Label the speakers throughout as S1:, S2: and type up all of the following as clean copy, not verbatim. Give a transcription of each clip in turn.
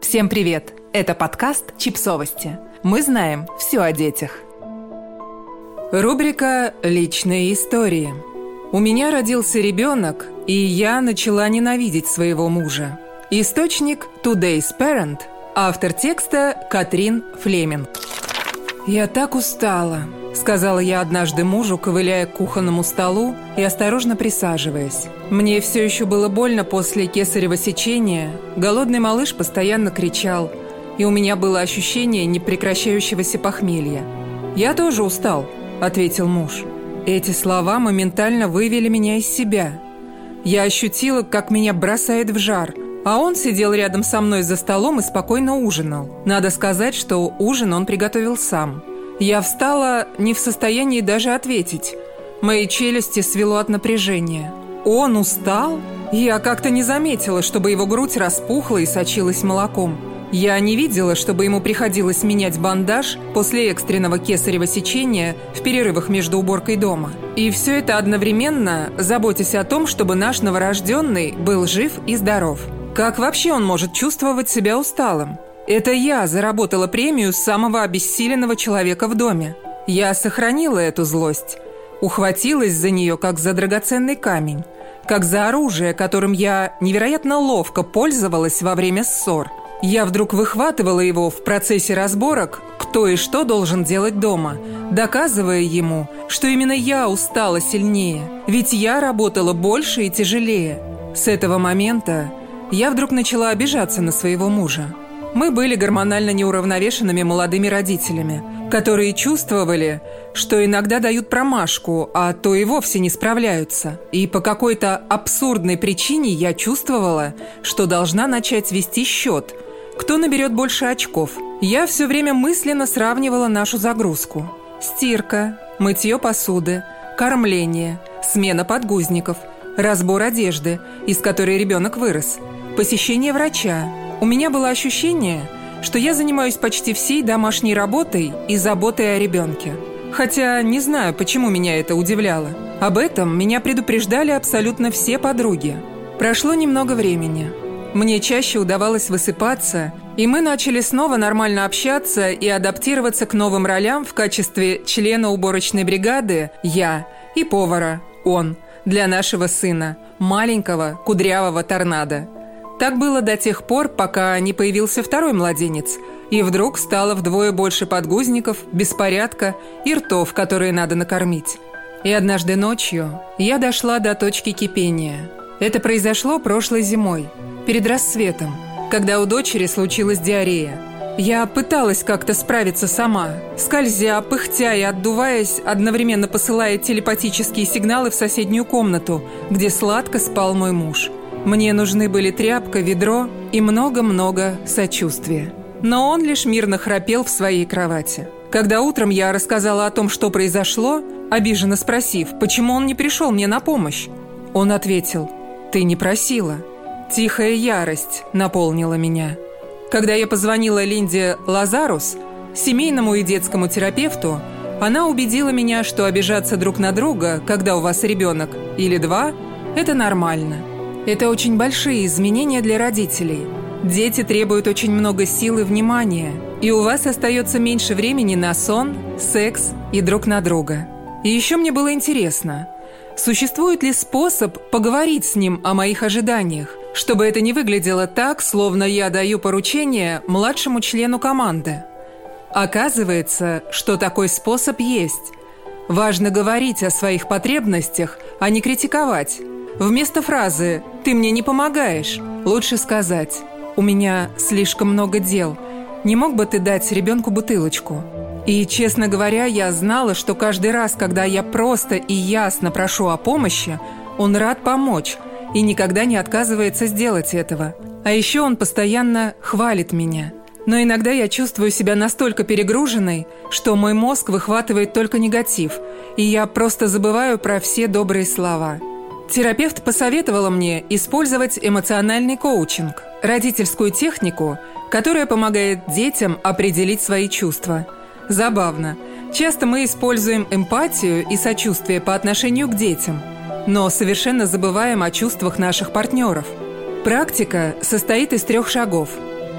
S1: Всем привет! Это подкаст «Чипсовости». Мы знаем все о детях. Рубрика «Личные истории». У меня родился ребенок, и я начала ненавидеть своего мужа. Источник Today's Parent, автор текста Катрин Флеминг. «Я так устала», — сказала я однажды мужу, ковыляя к кухонному столу и осторожно присаживаясь. Мне все еще было больно после кесарево сечения, голодный малыш постоянно кричал, и у меня было ощущение непрекращающегося похмелья. «Я тоже устал», — ответил муж. Эти слова моментально вывели меня из себя. Я ощутила, как меня бросает в жар, а он сидел рядом со мной за столом и спокойно ужинал. Надо сказать, что ужин он приготовил сам. Я встала не в состоянии даже ответить. Мои челюсти свело от напряжения. Он устал? Я как-то не заметила, чтобы его грудь распухла и сочилась молоком. Я не видела, чтобы ему приходилось менять бандаж после экстренного кесарево сечения в перерывах между уборкой дома. И все это одновременно, заботясь о том, чтобы наш новорожденный был жив и здоров. Как вообще он может чувствовать себя усталым? Это я заработала премию самого обессиленного человека в доме. Я сохранила эту злость, ухватилась за нее, как за драгоценный камень, как за оружие, которым я невероятно ловко пользовалась во время ссор. Я вдруг выхватывала его в процессе разборок, кто и что должен делать дома, доказывая ему, что именно я устала сильнее, ведь я работала больше и тяжелее. С этого момента я вдруг начала обижаться на своего мужа. Мы были гормонально неуравновешенными молодыми родителями, которые чувствовали, что иногда дают промашку, а то и вовсе не справляются. И по какой-то абсурдной причине я чувствовала, что должна начать вести счет, кто наберет больше очков. Я все время мысленно сравнивала нашу загрузку. Стирка, мытье посуды, кормление, смена подгузников, разбор одежды, из которой ребенок вырос, посещение врача. У меня было ощущение, что я занимаюсь почти всей домашней работой и заботой о ребенке. Хотя не знаю, почему меня это удивляло. Об этом меня предупреждали абсолютно все подруги. Прошло немного времени. Мне чаще удавалось высыпаться, и мы начали снова нормально общаться и адаптироваться к новым ролям в качестве члена уборочной бригады я и повара он для нашего сына, маленького кудрявого торнадо. Так было до тех пор, пока не появился второй младенец, и вдруг стало вдвое больше подгузников, беспорядка и ртов, которые надо накормить. И однажды ночью я дошла до точки кипения. Это произошло прошлой зимой, перед рассветом, когда у дочери случилась диарея. Я пыталась как-то справиться сама, скользя, пыхтя и отдуваясь, одновременно посылая телепатические сигналы в соседнюю комнату, где сладко спал мой муж. Мне нужны были тряпка, ведро и много-много сочувствия. Но он лишь мирно храпел в своей кровати. Когда утром я рассказала о том, что произошло, обиженно спросив, почему он не пришел мне на помощь, он ответил: «Ты не просила». Тихая ярость наполнила меня. Когда я позвонила Линде Лазарус, семейному и детскому терапевту, она убедила меня, что обижаться друг на друга, когда у вас ребенок или два, это нормально. Это очень большие изменения для родителей. Дети требуют очень много сил и внимания, и у вас остается меньше времени на сон, секс и друг на друга. И еще мне было интересно, существует ли способ поговорить с ним о моих ожиданиях, чтобы это не выглядело так, словно я даю поручение младшему члену команды. Оказывается, что такой способ есть. Важно говорить о своих потребностях, а не критиковать. Вместо фразы «ты мне не помогаешь» лучше сказать «у меня слишком много дел, не мог бы ты дать ребенку бутылочку?» И, честно говоря, я знала, что каждый раз, когда я просто и ясно прошу о помощи, он рад помочь и никогда не отказывается сделать этого. А еще он постоянно хвалит меня. Но иногда я чувствую себя настолько перегруженной, что мой мозг выхватывает только негатив, и я просто забываю про все добрые слова. Терапевт посоветовала мне использовать эмоциональный коучинг, родительскую технику, которая помогает детям определить свои чувства. Забавно. Часто мы используем эмпатию и сочувствие по отношению к детям, но совершенно забываем о чувствах наших партнеров. Практика состоит из 3 шагов.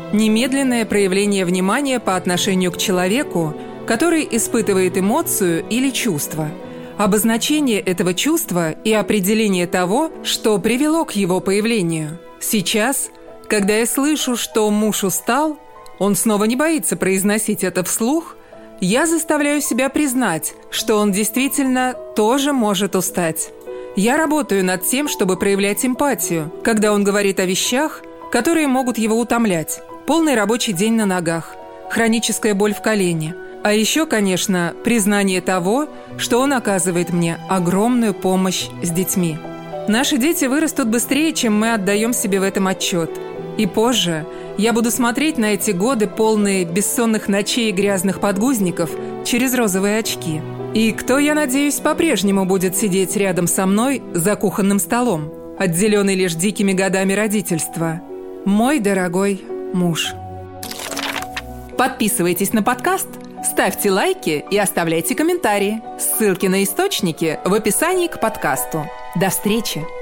S1: Немедленное проявление внимания по отношению к человеку, который испытывает эмоцию или чувство. Обозначение этого чувства и определение того, что привело к его появлению. Сейчас, когда я слышу, что муж устал, он снова не боится произносить это вслух, я заставляю себя признать, что он действительно тоже может устать. Я работаю над тем, чтобы проявлять эмпатию, когда он говорит о вещах, которые могут его утомлять. Полный рабочий день на ногах, хроническая боль в колене. А еще, конечно, признание того, что он оказывает мне огромную помощь с детьми. Наши дети вырастут быстрее, чем мы отдаем себе в этом отчет. И позже я буду смотреть на эти годы, полные бессонных ночей и грязных подгузников, через розовые очки. И кто, я надеюсь, по-прежнему будет сидеть рядом со мной за кухонным столом, отделенный лишь дикими годами родительства? Мой дорогой муж. Подписывайтесь на подкаст, ставьте лайки и оставляйте комментарии. Ссылки на источники в описании к подкасту. До встречи!